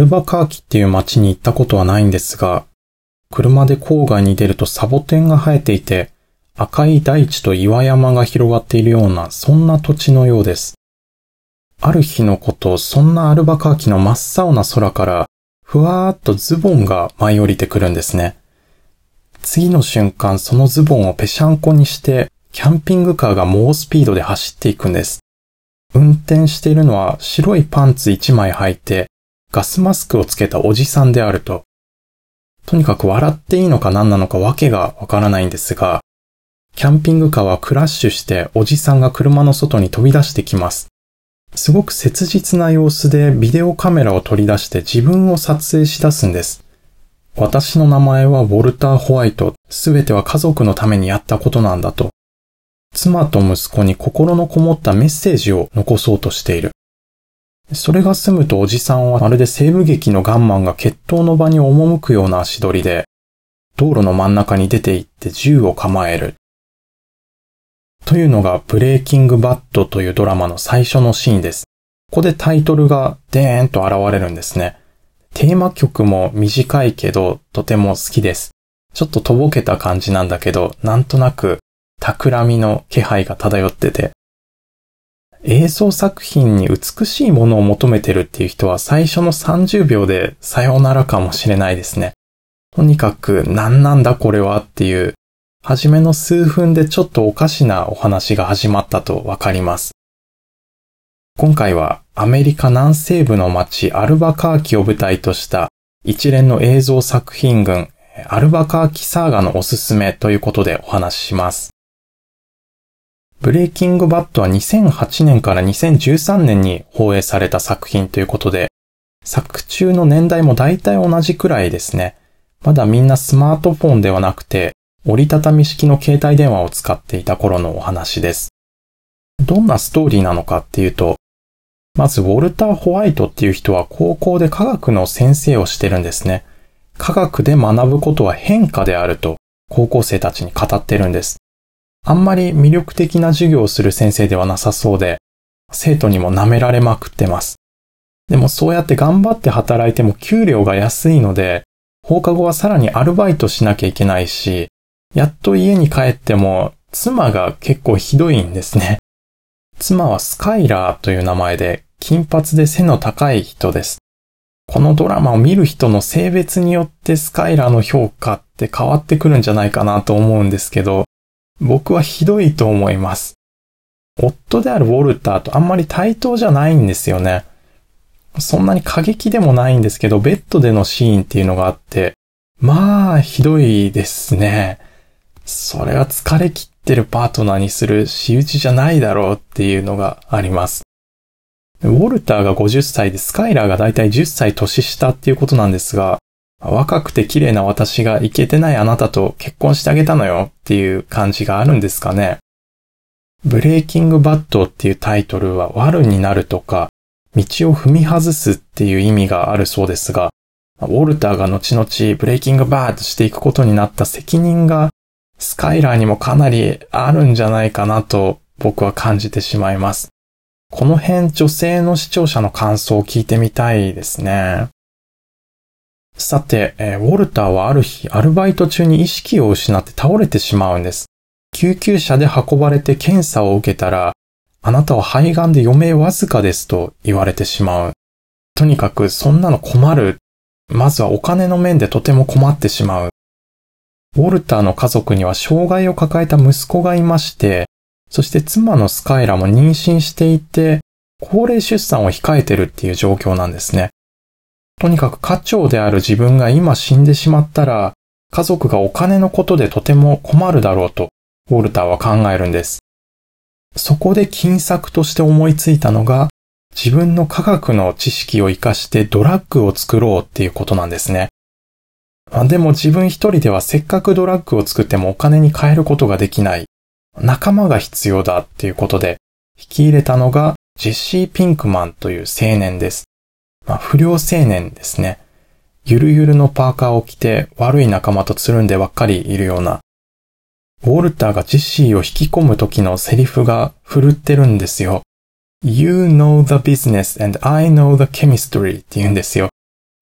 ルバカーキっていう街に行ったことはないんですが、車で郊外に出るとサボテンが生えていて、赤い大地と岩山が広がっているような、そんな土地のようです。ある日のこと、そんなアルバカーキの真っ青な空から、ふわーっとズボンが舞い降りてくるんですね。次の瞬間、そのズボンをぺしゃんこにして、キャンピングカーが猛スピードで走っていくんです。運転しているのは白いパンツ1枚履いて、ガスマスクをつけたおじさんであると。とにかく笑っていいのか何なのかわけがわからないんですが、キャンピングカーはクラッシュしておじさんが車の外に飛び出してきます。すごく切実な様子でビデオカメラを取り出して自分を撮影し出すんです。私の名前はウォルター・ホワイト。すべては家族のためにやったことなんだと。妻と息子に心のこもったメッセージを残そうとしている。それが済むとおじさんはまるで西部劇のガンマンが決闘の場に赴くような足取りで、道路の真ん中に出て行って銃を構える。というのがブレイキングバッドというドラマの最初のシーンです。ここでタイトルがデーンと現れるんですね。テーマ曲も短いけどとても好きです。ちょっととぼけた感じなんだけど、なんとなく企みの気配が漂ってて。映像作品に美しいものを求めてるっていう人は最初の30秒でさようならかもしれないですね。とにかく何なんだこれはっていう、初めの数分でちょっとおかしなお話が始まったとわかります。今回はアメリカ南西部の町アルバカーキを舞台とした一連の映像作品群アルバカーキサーガのおすすめということでお話しします。ブレイキングバッドは2008年から2013年に放映された作品ということで、作中の年代も大体同じくらいですね。まだみんなスマートフォンではなくて、折りたたみ式の携帯電話を使っていた頃のお話です。どんなストーリーなのかっていうと、まずウォルター・ホワイトっていう人は高校で科学の先生をしてるんですね。科学で学ぶことは変化であると高校生たちに語ってるんです。あんまり魅力的な授業をする先生ではなさそうで、生徒にも舐められまくってます。でもそうやって頑張って働いても給料が安いので、放課後はさらにアルバイトしなきゃいけないし、やっと家に帰っても妻が結構ひどいんですね。妻はスカイラーという名前で金髪で背の高い人です。このドラマを見る人の性別によってスカイラーの評価って変わってくるんじゃないかなと思うんですけど、僕はひどいと思います。夫であるウォルターとあんまり対等じゃないんですよね。そんなに過激でもないんですけど、ベッドでのシーンっていうのがあって、まあひどいですね。それは疲れ切ってるパートナーにする仕打ちじゃないだろうっていうのがあります。ウォルターが50歳でスカイラーがだいたい10歳年下っていうことなんですが、若くて綺麗な私がイケてないあなたと結婚してあげたのよっていう感じがあるんですかね。ブレイキングバッドっていうタイトルは悪になるとか、道を踏み外すっていう意味があるそうですが、ウォルターが後々ブレイキングバッドしていくことになった責任がスカイラーにもかなりあるんじゃないかなと僕は感じてしまいます。この辺女性の視聴者の感想を聞いてみたいですね。さて、ウォルターはある日アルバイト中に意識を失って倒れてしまうんです。救急車で運ばれて検査を受けたら、あなたは肺がんで余命わずかですと言われてしまう。とにかくそんなの困る。まずはお金の面でとても困ってしまう。ウォルターの家族には障害を抱えた息子がいまして、そして妻のスカイラも妊娠していて、高齢出産を控えてるっていう状況なんですね。とにかく家長である自分が今死んでしまったら、家族がお金のことでとても困るだろうと、ウォルターは考えるんです。そこで金策として思いついたのが、自分の科学の知識を活かしてドラッグを作ろうっていうことなんですね。でも自分一人ではせっかくドラッグを作ってもお金に換えることができない。仲間が必要だっていうことで、引き入れたのがジェシー・ピンクマンという青年です。不良青年ですね。ゆるゆるのパーカーを着て悪い仲間とつるんでばっかりいるような。ウォルターがジェシーを引き込む時のセリフが振るってるんですよ。You know the business and I know the chemistry って言うんですよ。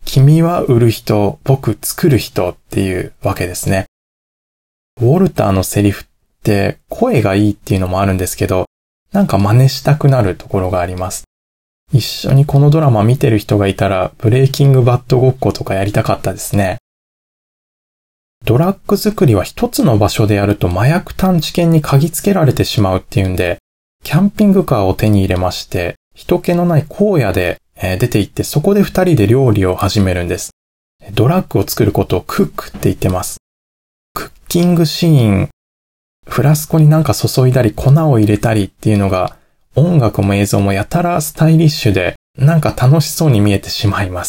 君は売る人、僕作る人っていうわけですね。ウォルターのセリフって声がいいっていうのもあるんですけど、なんか真似したくなるところがあります。一緒にこのドラマ見てる人がいたら、ブレイキングバッドごっことかやりたかったですね。ドラッグ作りは一つの場所でやると麻薬探知犬に嗅ぎつけられてしまうっていうんで、キャンピングカーを手に入れまして、人気のない荒野で出て行ってそこで二人で料理を始めるんです。ドラッグを作ることをクックって言ってます。クッキングシーン、フラスコになんか注いだり粉を入れたりっていうのが音楽も映像もやたらスタイリッシュでなんか楽しそうに見えてしまいます。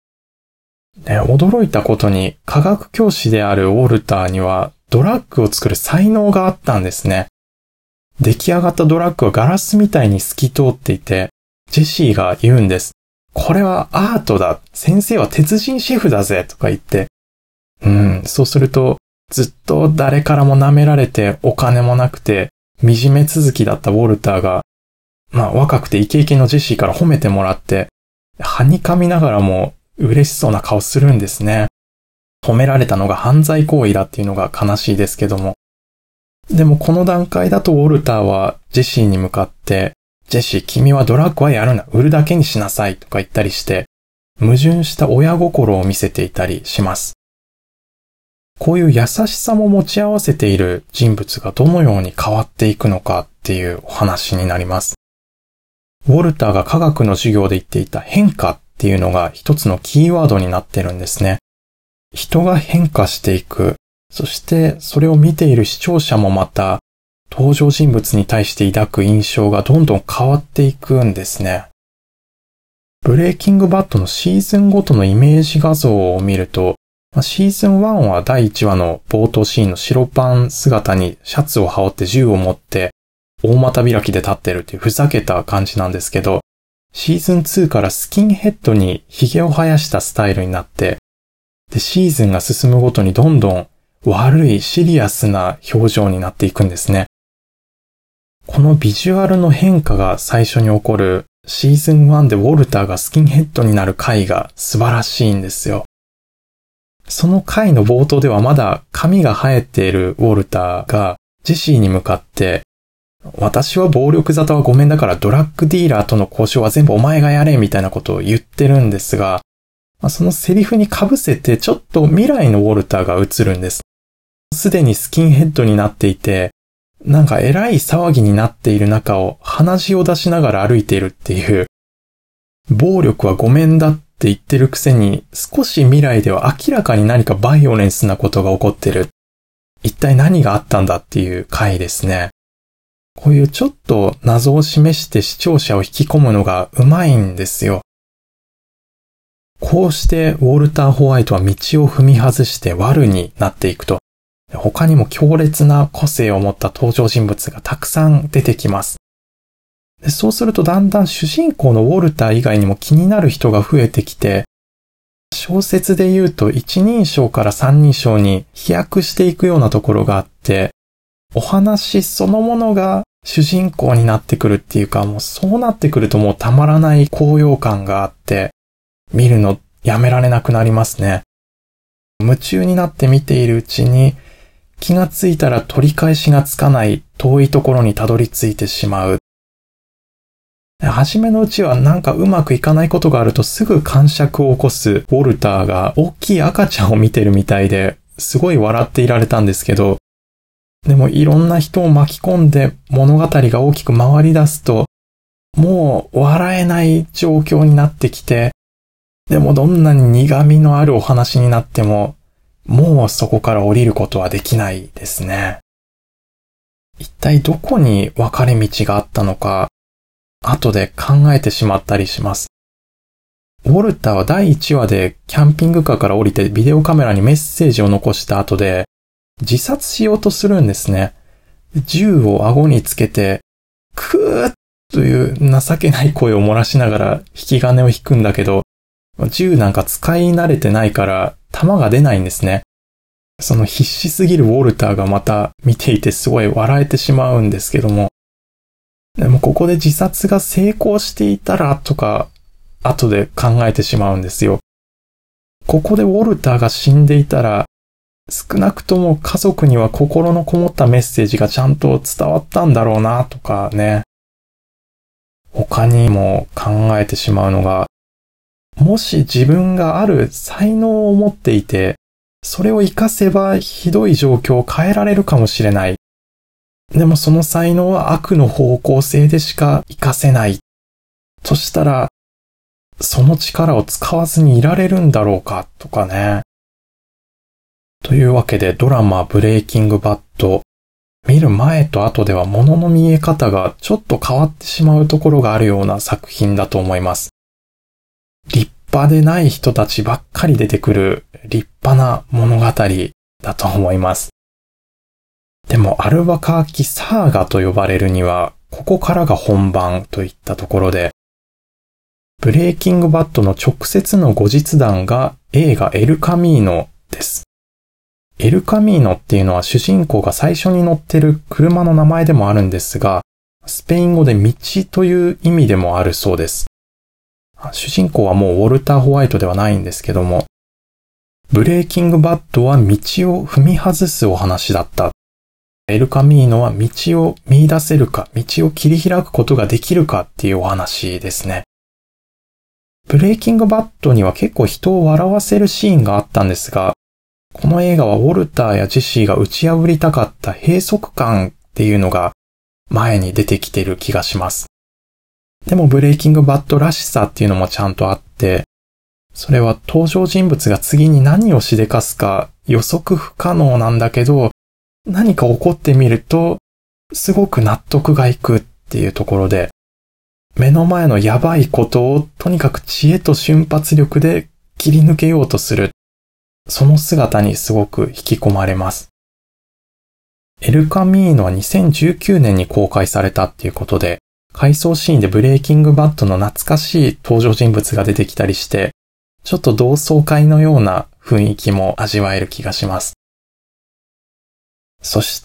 驚いたことに科学教師であるウォルターにはドラッグを作る才能があったんですね。出来上がったドラッグはガラスみたいに透き通っていて、ジェシーが言うんです。これはアートだ。先生は鉄人シェフだぜとか言って。そうするとずっと誰からも舐められてお金もなくて惨め続きだったウォルターが、若くてイケイケのジェシーから褒めてもらって、はにかみながらも嬉しそうな顔するんですね。褒められたのが犯罪行為だっていうのが悲しいですけども。でもこの段階だとウォルターはジェシーに向かって、ジェシー君はドラッグはやるな、売るだけにしなさいとか言ったりして、矛盾した親心を見せていたりします。こういう優しさも持ち合わせている人物がどのように変わっていくのかっていうお話になります。ウォルターが科学の授業で言っていた変化っていうのが一つのキーワードになってるんですね。人が変化していく。そしてそれを見ている視聴者もまた登場人物に対して抱く印象がどんどん変わっていくんですね。ブレイキングバッドのシーズンごとのイメージ画像を見ると、シーズン1は第1話の冒頭シーンの白パン姿にシャツを羽織って銃を持って大股開きで立ってるっていうふざけた感じなんですけど、シーズン2からスキンヘッドに髭を生やしたスタイルになって、で、シーズンが進むごとにどんどん悪いシリアスな表情になっていくんですね。このビジュアルの変化が最初に起こるシーズン1でウォルターがスキンヘッドになる回が素晴らしいんですよ。その回の冒頭ではまだ髪が生えているウォルターがジェシーに向かって、私は暴力沙汰はごめんだからドラッグディーラーとの交渉は全部お前がやれみたいなことを言ってるんですが、そのセリフに被せてちょっと未来のウォルターが映るんです。すでにスキンヘッドになっていて、なんか偉い騒ぎになっている中を鼻血を出しながら歩いているっていう、暴力はごめんだって言ってるくせに少し未来では明らかに何かバイオレンスなことが起こってる。一体何があったんだっていう回ですね。こういうちょっと謎を示して視聴者を引き込むのがうまいんですよ。こうしてウォルター・ホワイトは道を踏み外して悪になっていくと、他にも強烈な個性を持った登場人物がたくさん出てきます。で、そうするとだんだん主人公のウォルター以外にも気になる人が増えてきて、小説で言うと一人称から三人称に飛躍していくようなところがあって、お話そのものが主人公になってくるっていうか、もうそうなってくるともうたまらない高揚感があって、見るのやめられなくなりますね。夢中になって見ているうちに、気がついたら取り返しがつかない遠いところにたどり着いてしまう。初めのうちはなんかうまくいかないことがあるとすぐ癇癪を起こすウォルターが大きい赤ちゃんを見てるみたいですごい笑っていられたんですけど、でもいろんな人を巻き込んで物語が大きく回り出すと、もう笑えない状況になってきて、でもどんなに苦味のあるお話になっても、もうそこから降りることはできないですね。一体どこに分かれ道があったのか、後で考えてしまったりします。ウォルターは第1話でキャンピングカーから降りてビデオカメラにメッセージを残した後で自殺しようとするんですね。銃を顎につけて、クーッという情けない声を漏らしながら引き金を引くんだけど、銃なんか使い慣れてないから弾が出ないんですね。その必死すぎるウォルターがまた見ていてすごい笑えてしまうんですけども、でもここで自殺が成功していたらとか後で考えてしまうんですよ。 ここでウォルターが死んでいたら、少なくとも家族には心のこもったメッセージがちゃんと伝わったんだろうなとかね。他にも考えてしまうのが、もし自分がある才能を持っていて、それを活かせばひどい状況を変えられるかもしれない。でもその才能は悪の方向性でしか活かせない。としたら、その力を使わずにいられるんだろうかとかね。というわけでドラマブレイキングバッド、見る前と後では物の見え方がちょっと変わってしまうところがあるような作品だと思います。立派でない人たちばっかり出てくる立派な物語だと思います。でもアルバカーキサーガと呼ばれるには、ここからが本番といったところで、ブレイキングバッドの直接の後日談が映画エルカミーノです。エルカミーノっていうのは主人公が最初に乗ってる車の名前でもあるんですが、スペイン語で道という意味でもあるそうです。主人公はもうウォルター・ホワイトではないんですけども、ブレイキングバッドは道を踏み外すお話だった。エルカミーノは道を見出せるか、道を切り開くことができるかっていうお話ですね。ブレイキングバッドには結構人を笑わせるシーンがあったんですが、この映画はウォルターやジェシーが打ち破りたかった閉塞感っていうのが前に出てきている気がします。でもブレイキングバッドらしさっていうのもちゃんとあって、それは登場人物が次に何をしでかすか予測不可能なんだけど、何か起こってみるとすごく納得がいくっていうところで、目の前のやばいことをとにかく知恵と瞬発力で切り抜けようとする。その姿にすごく引き込まれます。エルカミーノは2019年に公開されたっていうことで、回想シーンでブレイキングバッドの懐かしい登場人物が出てきたりして、ちょっと同窓会のような雰囲気も味わえる気がします。そして、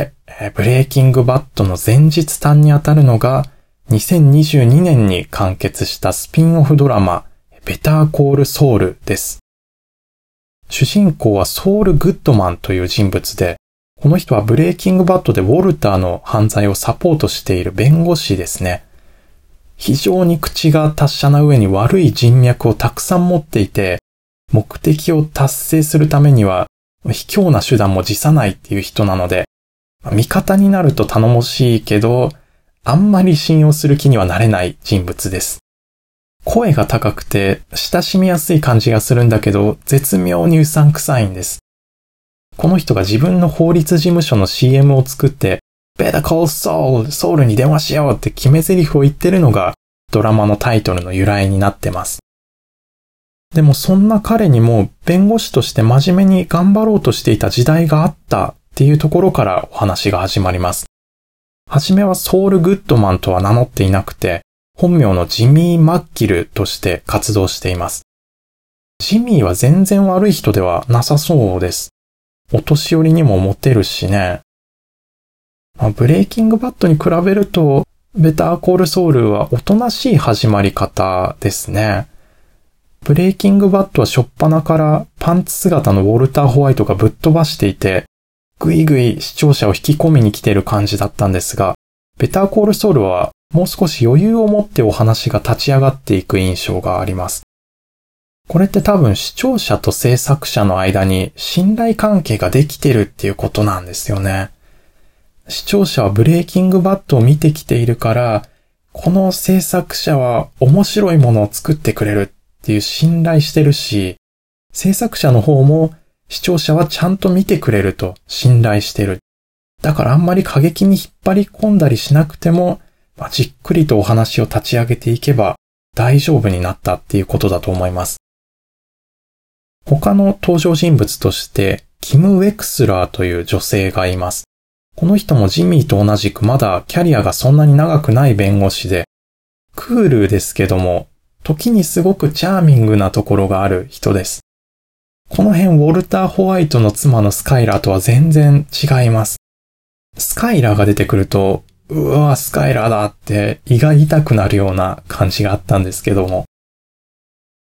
ブレイキングバッドの前日譚にあたるのが、2022年に完結したスピンオフドラマ、ベターコールソウルです。主人公はソウル・グッドマンという人物で、この人はブレイキングバッドでウォルターの犯罪をサポートしている弁護士ですね。非常に口が達者な上に悪い人脈をたくさん持っていて、目的を達成するためには卑怯な手段も辞さないっていう人なので、味方になると頼もしいけど、あんまり信用する気にはなれない人物です。声が高くて親しみやすい感じがするんだけど、絶妙にうさんくさいんです。この人が自分の法律事務所の CM を作って、Better call Saul! ソウルに電話しようって決め台詞を言ってるのがドラマのタイトルの由来になってます。でもそんな彼にも弁護士として真面目に頑張ろうとしていた時代があったっていうところからお話が始まります。はじめはソウル・グッドマンとは名乗っていなくて、本名のジミー・マッキルとして活動しています。ジミーは全然悪い人ではなさそうです。お年寄りにもモテるしね。ブレイキングバッドに比べると、ベターコールソウルはおとなしい始まり方ですね。ブレイキングバッドは初っ端からパンツ姿のウォルター・ホワイトがぶっ飛ばしていて、ぐいぐい視聴者を引き込みに来ている感じだったんですが、ベターコールソウルはもう少し余裕を持ってお話が立ち上がっていく印象があります。これって多分視聴者と制作者の間に信頼関係ができてるっていうことなんですよね。視聴者はブレイキングバッドを見てきているから、この制作者は面白いものを作ってくれるっていう信頼してるし、制作者の方も視聴者はちゃんと見てくれると信頼してる。だからあんまり過激に引っ張り込んだりしなくても、じっくりとお話を立ち上げていけば大丈夫になったっていうことだと思います。他の登場人物としてキム・ウェクスラーという女性がいます。この人もジミーと同じくまだキャリアがそんなに長くない弁護士で、クールですけども、時にすごくチャーミングなところがある人です。この辺ウォルター・ホワイトの妻のスカイラーとは全然違います。スカイラーが出てくると、うわ、スカイラーだって胃が痛くなるような感じがあったんですけども。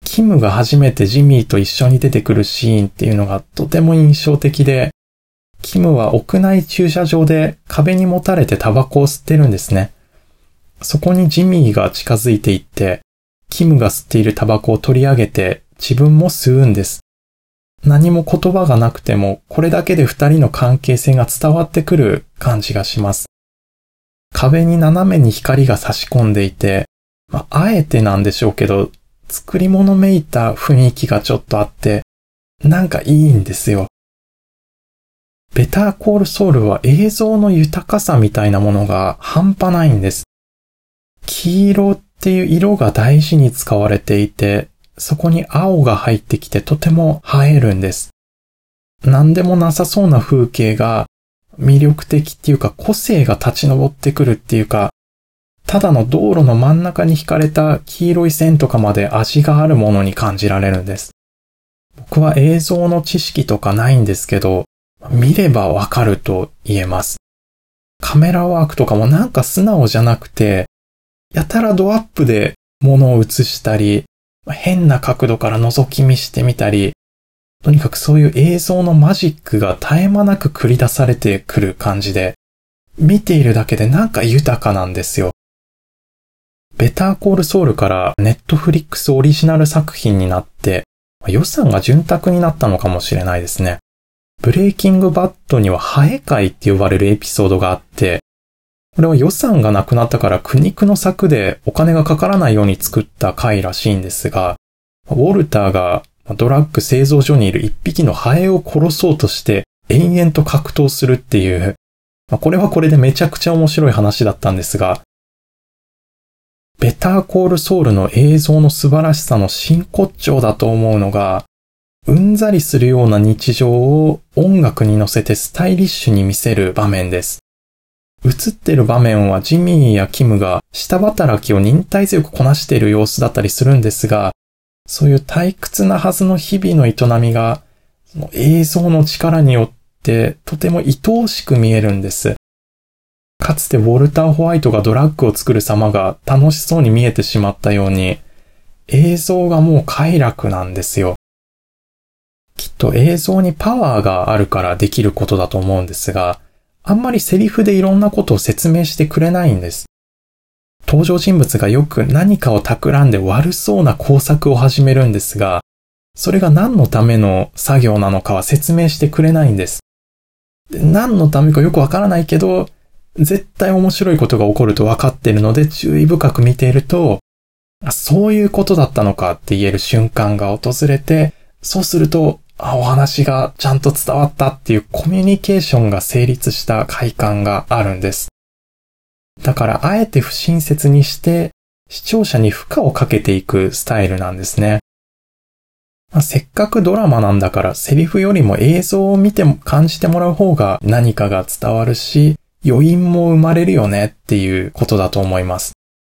キムが初めてジミーと一緒に出てくるシーンっていうのがとても印象的で、キムは屋内駐車場で壁にもたれてタバコを吸ってるんですね。そこにジミーが近づいていって、キムが吸っているタバコを取り上げて自分も吸うんです。何も言葉がなくてもこれだけで二人の関係性が伝わってくる感じがします。壁に斜めに光が差し込んでいて、あえてなんでしょうけど、作り物めいた雰囲気がちょっとあって、なんかいいんですよ。ベターコールソウルは映像の豊かさみたいなものが半端ないんです。黄色っていう色が大事に使われていて、そこに青が入ってきてとても映えるんです。何でもなさそうな風景が魅力的っていうか個性が立ち上ってくるっていうか、ただの道路の真ん中に引かれた黄色い線とかまで味があるものに感じられるんです。僕は映像の知識とかないんですけど、見ればわかると言えます。カメラワークとかもなんか素直じゃなくて、やたらドアップで物を映したり、変な角度から覗き見してみたり、とにかくそういう映像のマジックが絶え間なく繰り出されてくる感じで、見ているだけでなんか豊かなんですよ。ベターコールソウルからネットフリックスオリジナル作品になって、予算が潤沢になったのかもしれないですね。ブレイキングバットにはハエ界って呼ばれるエピソードがあって、これは予算がなくなったから苦肉の策でお金がかからないように作った回らしいんですが、ウォルターがドラッグ製造所にいる一匹のハエを殺そうとして延々と格闘するっていう、これはこれでめちゃくちゃ面白い話だったんですが、ベターコールソウルの映像の素晴らしさの真骨頂だと思うのが、うんざりするような日常を音楽に乗せてスタイリッシュに見せる場面です。映ってる場面はジミーやキムが下働きを忍耐強くこなしている様子だったりするんですが、そういう退屈なはずの日々の営みが、その映像の力によってとても愛おしく見えるんです。かつてウォルター・ホワイトがドラッグを作る様が楽しそうに見えてしまったように、映像がもう快楽なんですよ。きっと映像にパワーがあるからできることだと思うんですが、あんまりセリフでいろんなことを説明してくれないんです。登場人物がよく何かを企んで悪そうな工作を始めるんですが、それが何のための作業なのかは説明してくれないんです。何のためかよくわからないけど、絶対面白いことが起こると分かっているので注意深く見ていると、そういうことだったのかって言える瞬間が訪れて、そうすると、お話がちゃんと伝わったっていうコミュニケーションが成立した快感があるんです。だからあえて不親切にして視聴者に負荷をかけていくスタイルなんですね。せっかくドラマなんだからセリフよりも映像を見て感じてもらう方が何かが伝わるし、余韻も生まれるよねっていうことだと思います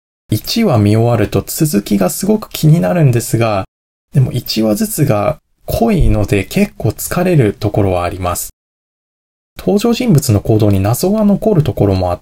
。1話見終わると続きがすごく気になるんですが、でも1話ずつが濃いので結構疲れるところはあります。登場人物の行動に謎が残るところもあって、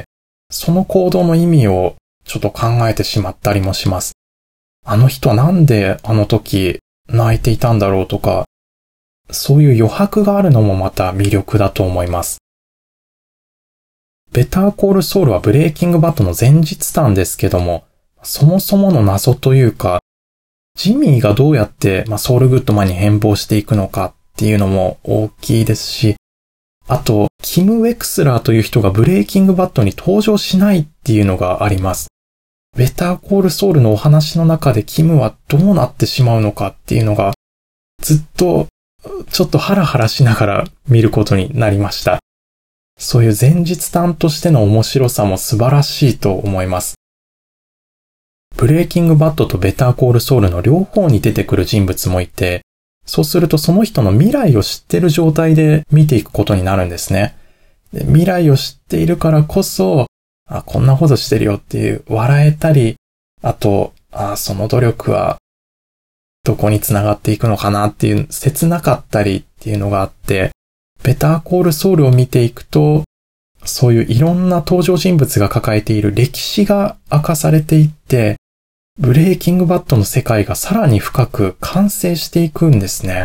その行動の意味をちょっと考えてしまったりもします。あの人はなんであの時泣いていたんだろうとか、そういう余白があるのもまた魅力だと思います。ベターコールソウルはブレイキングバットの前日談ですけども、そもそもの謎というか、ジミーがどうやってソウルグッドマンに変貌していくのかっていうのも大きいですし、あと、キム・ウェクスラーという人がブレイキングバットに登場しないっていうのがあります。ベターコールソウルのお話の中でキムはどうなってしまうのかっていうのが、ずっとちょっとハラハラしながら見ることになりました。そういう前日談としての面白さも素晴らしいと思います。ブレイキングバットとベターコールソウルの両方に出てくる人物もいて、そうするとその人の未来を知っている状態で見ていくことになるんですね。で、未来を知っているからこそ、こんなことしてるよっていう笑えたり、あと、その努力はどこに繋がっていくのかなっていう切なかったりっていうのがあって、ベターコールソウルを見ていくと、そういういろんな登場人物が抱えている歴史が明かされていって、 ブレイキングバッドの世界がさらに深く完成していくんですね。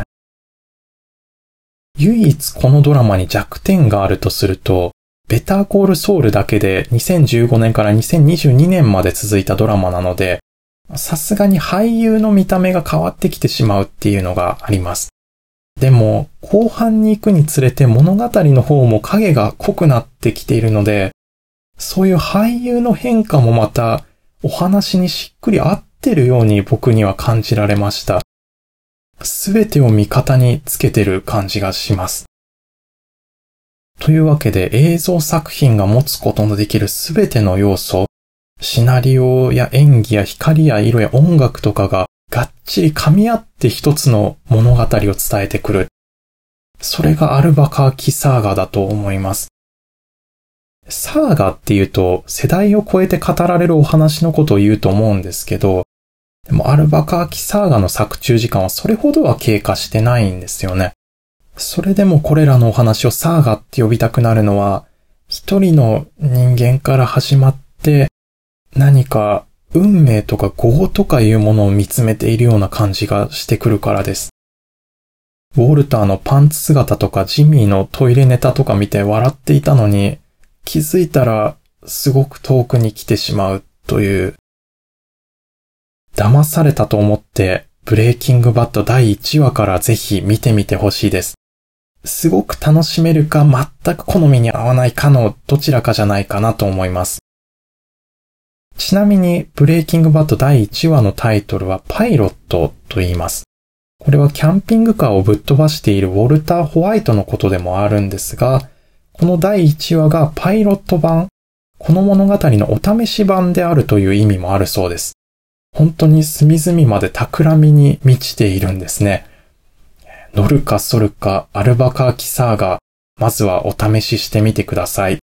唯一このドラマに弱点があるとすると、ベターコールソウルだけで2015年から2022年まで続いたドラマなので、さすがに俳優の見た目が変わってきてしまうっていうのがあります。でも、後半に行くにつれて物語の方も影が濃くなってきているので、そういう俳優の変化もまたお話にしっくり合ってるように僕には感じられました。すべてを味方につけてる感じがします。というわけで映像作品が持つことのできるすべての要素、シナリオや演技や光や色や音楽とかががっちり噛み合って一つの物語を伝えてくる。それがアルバカーキサーガだと思います。サーガっていうと世代を超えて語られるお話のことを言うと思うんですけど、でもアルバカーキサーガの作中時間はそれほどは経過してないんですよね。それでもこれらのお話をサーガって呼びたくなるのは、一人の人間から始まって何か運命とか業とかいうものを見つめているような感じがしてくるからです。ウォルターのパンツ姿とかジミーのトイレネタとか見て笑っていたのに、気づいたらすごく遠くに来てしまうという。騙されたと思ってブレイキングバッド第1話からぜひ見てみてほしいです。すごく楽しめるか全く好みに合わないかのどちらかじゃないかなと思います。ちなみにブレイキングバッド第1話のタイトルはパイロットと言います。これはキャンピングカーをぶっ飛ばしているウォルター・ホワイトのことでもあるんですが、この第1話がパイロット版、この物語のお試し版であるという意味もあるそうです。本当に隅々まで企みに満ちているんですね。乗るか反るかアルバカーキサーガ、まずはお試ししてみてください。